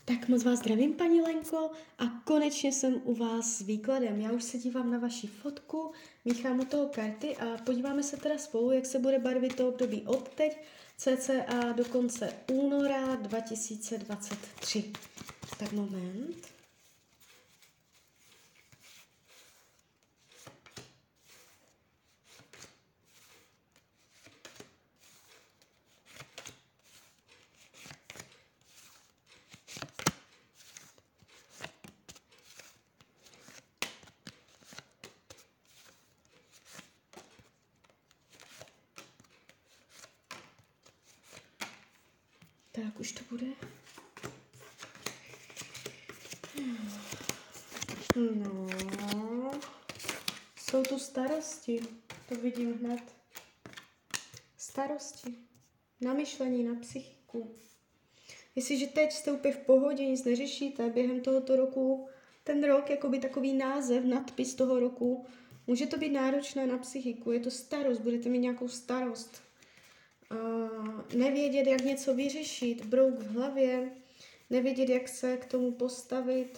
Tak moc vás zdravím, paní Lenko, a konečně jsem u vás s výkladem. Já už se dívám na vaši fotku, míchám u toho karty a podíváme se teda spolu, jak se bude barvit to období od teď, cca do konce února 2023. Tak moment. Tak už to bude. No, jsou tu starosti, to vidím hned. Starosti, na myšlení, na psychiku. Jestliže teď jste úplně v pohodě, nic neřešíte, během tohoto roku, ten rok, jakoby takový název, nadpis toho roku, může to být náročné na psychiku, je to starost, budete mít nějakou starost. Nevědět, jak něco vyřešit, brouk v hlavě, nevědět, jak se k tomu postavit,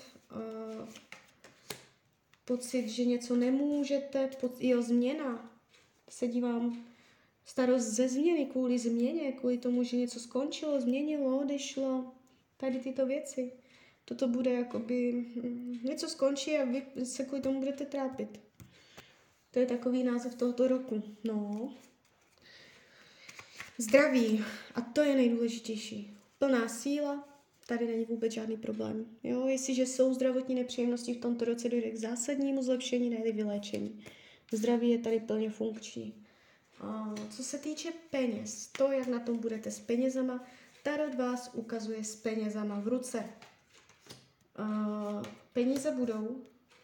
pocit, že něco nemůžete, změna, se dívám, starost ze změny, kvůli změně, kvůli tomu, že něco skončilo, změnilo, odešlo, tady tyto věci. Toto bude jakoby, něco skončí a vy se kvůli tomu budete trápit. To je takový název tohoto roku. No. Zdraví, a to je nejdůležitější. Plná síla, tady není vůbec žádný problém. Jo? Jestliže jsou zdravotní nepříjemnosti v tomto roce, dojde k zásadnímu zlepšení, nejde vyléčení. Zdraví je tady plně funkční. Co se týče peněz, to, jak na tom budete s penězama, Tarot vás ukazuje s penězama v ruce. Peníze budou.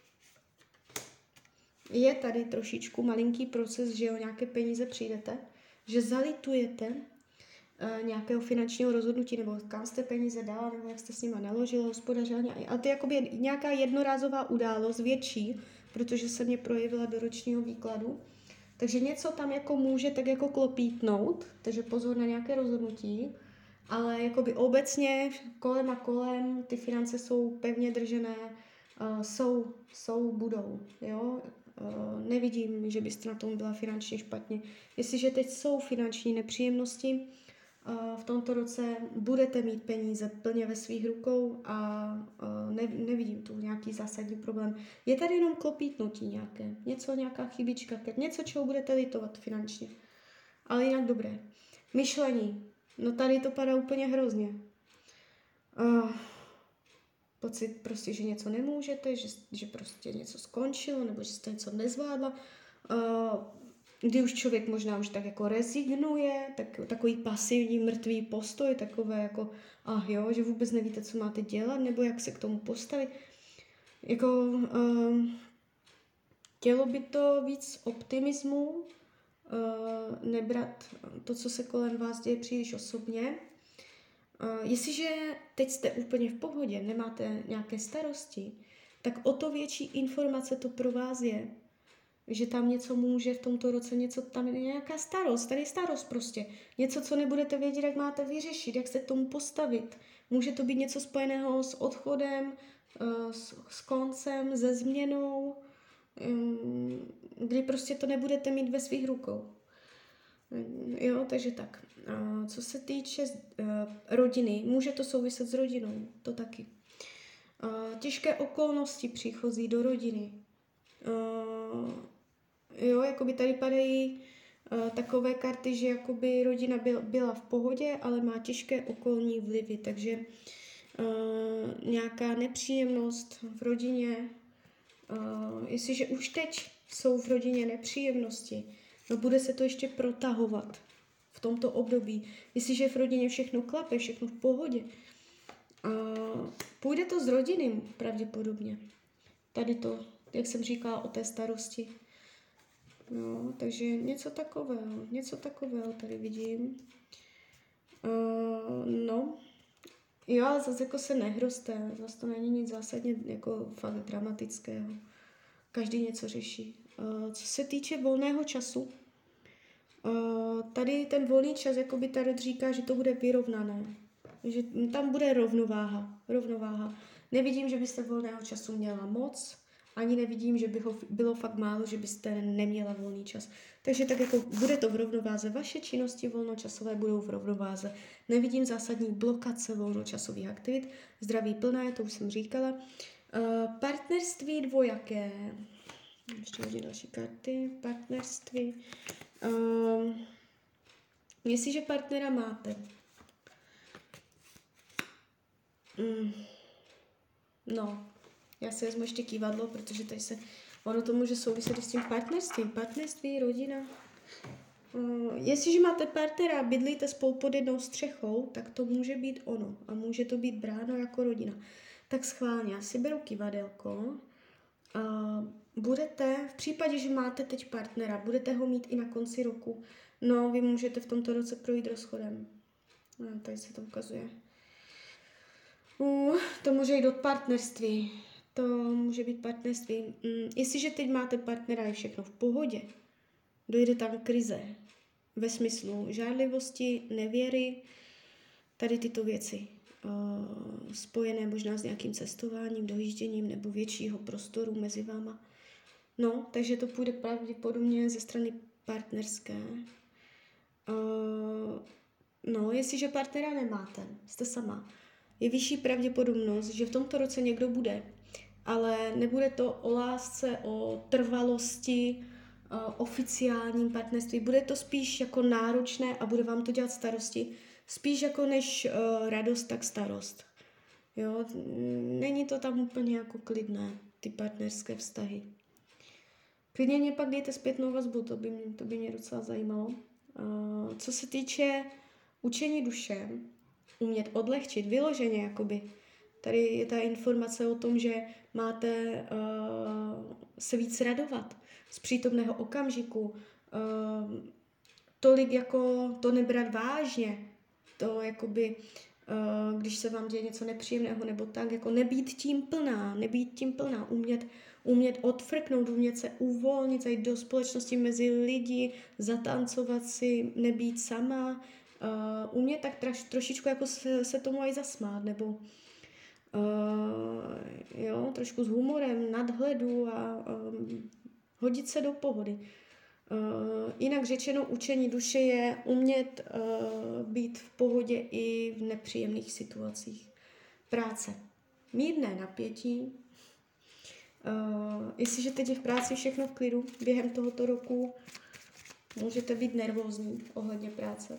Je tady trošičku malinký proces, že o nějaké peníze přijdete, že zalitujete nějakého finančního rozhodnutí, nebo kam jste peníze dala, nebo jak jste s nima naložila, hospodařila. Ale to je jakoby nějaká jednorázová událost větší, protože se mě projevila do ročního výkladu. Takže něco tam jako může tak jako klopítnout, takže pozor na nějaké rozhodnutí, ale jakoby obecně kolem a kolem ty finance jsou pevně držené, budou, jo. Nevidím, že byste na tom byla finančně špatně. Jestliže teď jsou finanční nepříjemnosti, v tomto roce budete mít peníze plně ve svých rukou a nevidím tu nějaký zásadní problém. Je tady jenom klopítnutí nějaké, nějaká chybička, něco, čeho budete litovat finančně. Ale jinak dobré. Myšlení. No tady to padá úplně hrozně. Pocit prostě, že něco nemůžete, že prostě něco skončilo, nebo že jste něco nezvládla. Kdy už člověk možná už tak jako rezignuje, takový pasivní, mrtvý postoj, takové jako, že vůbec nevíte, co máte dělat, nebo jak se k tomu postavit. Chtělo by to víc optimismu, nebrat to, co se kolem vás děje, příliš osobně. Jestliže teď jste úplně v pohodě, nemáte nějaké starosti, tak o to větší informace to pro vás je, že tam něco může v tomto roce, tam je nějaká starost, tady je starost prostě. Něco, co nebudete vědět, jak máte vyřešit, jak se k tomu postavit. Může to být něco spojeného s odchodem, s koncem, se změnou, kdy prostě to nebudete mít ve svých rukou. Jo, takže tak. Co se týče rodiny, může to souviset s rodinou, to taky. Těžké okolnosti příchozí do rodiny. Jakoby tady padají takové karty, že jakoby rodina byla v pohodě, ale má těžké okolní vlivy, takže nějaká nepříjemnost v rodině, jestliže už teď jsou v rodině nepříjemnosti, no bude se to ještě protahovat v tomto období. Jestliže v rodině všechno klape, všechno v pohodě, půjde to s rodinným pravděpodobně. Tady to, jak jsem říkala o té starosti. No, takže něco takového tady vidím. Ale zase jako se nehrozte, zase to není nic zásadně jako fakt dramatického. Každý něco řeší. Co se týče volného času, tady ten volný čas, jakoby Tarot říká, že to bude vyrovnané. že tam bude rovnováha. Nevidím, že byste volného času měla moc, ani nevidím, že by ho bylo fakt málo, že byste neměla volný čas. Takže tak jako bude to v rovnováze. Vaše činnosti volnočasové budou v rovnováze. Nevidím zásadní blokace volnočasových aktivit. Zdraví plné, to už jsem říkala. Partnerství dvojaké. Ještě hodně další karty. Partnerství. Jestliže partnera máte, no, já si vezmu ještě kývadlo, protože tady ono to může souviset s tím partnerstvím. Partnerství, rodina. Jestliže máte partnera a bydlíte spolu pod jednou střechou, tak to může být ono. A může to být bráno jako rodina. Tak schválně, já si beru kývadelko. Budete, v případě, že máte teď partnera, budete ho mít i na konci roku. No, vy můžete v tomto roce projít rozchodem. No, tady se to ukazuje. To může jít od partnerství. To může být partnerství. Jestliže teď máte partnera, je všechno v pohodě. Dojde tam krize. Ve smyslu žárlivosti, nevěry, tady tyto věci. Spojené možná s nějakým cestováním, dojížděním nebo většího prostoru mezi váma. No, takže to půjde pravděpodobně ze strany partnerské. No, jestliže partnera nemáte, jste sama, je vyšší pravděpodobnost, že v tomto roce někdo bude. Ale nebude to o lásce, o trvalosti, oficiálním partnerství. Bude to spíš jako náročné a bude vám to dělat starosti. Spíš jako než radost, tak starost. Jo, není to tam úplně jako klidné, ty partnerské vztahy. Klidně mě pak dejte zpětnou vazbu, to by mě docela zajímalo. Co se týče učení duše, umět odlehčit, vyloženě jakoby. Tady je ta informace o tom, že máte se víc radovat z přítomného okamžiku, tolik jako to nebrat vážně, to jakoby, když se vám děje něco nepříjemného nebo tak, jako nebýt tím plná, umět odfrknout, umět se uvolnit, zajít do společnosti mezi lidi, zatancovat si, nebýt sama, umět tak trošičku jako se tomu aj zasmát, nebo jo, trošku s humorem, nadhledu a hodit se do pohody. Jinak řečeno, učení duše je umět být v pohodě i v nepříjemných situacích. Práce. Mírné napětí. Jestliže teď je v práci všechno v klidu, během tohoto roku můžete být nervózní ohledně práce.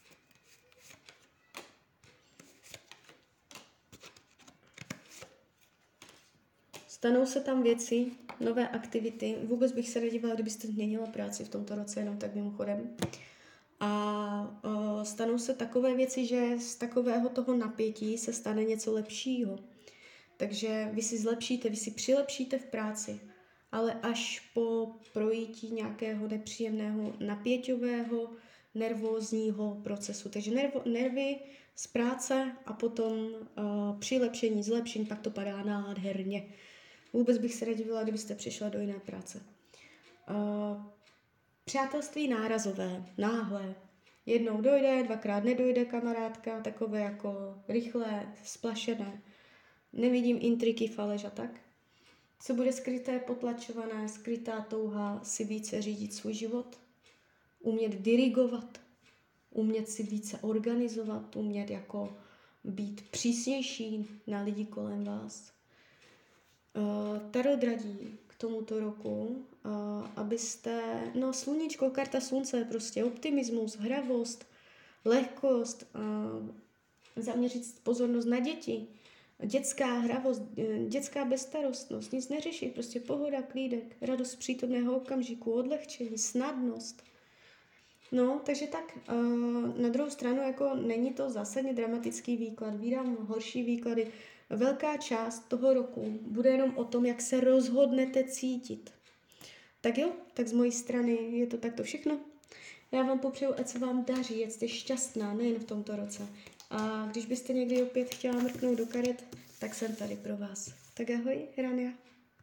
Stanou se tam věci, nové aktivity. Vůbec bych se nedívala, kdybyste změnila práci v tomto roce, jenom tak mimochodem. A stanou se takové věci, že z takového toho napětí se stane něco lepšího. Takže vy si zlepšíte, vy si přilepšíte v práci, ale až po projítí nějakého nepříjemného napěťového, nervózního procesu. Takže nervy z práce a potom přilepšení, zlepšení, pak to padá nádherně. Vůbec bych se nedivila, kdybyste přišla do jiné práce. Přátelství nárazové, náhle. Jednou dojde, dvakrát nedojde kamarádka, takové jako rychlé, splašené. Nevidím intriky, faleš a tak. Co bude skryté, potlačované, skrytá touha si více řídit svůj život, umět dirigovat, umět si více organizovat, umět jako být přísnější na lidi kolem vás. Tarot radí k tomuto roku, abyste, sluníčko, karta slunce, prostě optimismus, hravost, lehkost, zaměřit pozornost na děti, dětská hravost, dětská bezstarostnost, nic neřešit, prostě pohoda, klídek, radost přítomného okamžiku, odlehčení, snadnost. No, takže tak, na druhou stranu, jako není to zásadně dramatický výklad, vídám horší výklady. Velká část toho roku bude jenom o tom, jak se rozhodnete cítit. Tak jo, tak z mojí strany je to takto všechno. Já vám popřeju, ať se vám daří, ať jste šťastná, nejen v tomto roce. A když byste někdy opět chtěla mrknout do karet, tak jsem tady pro vás. Tak ahoj, Rania.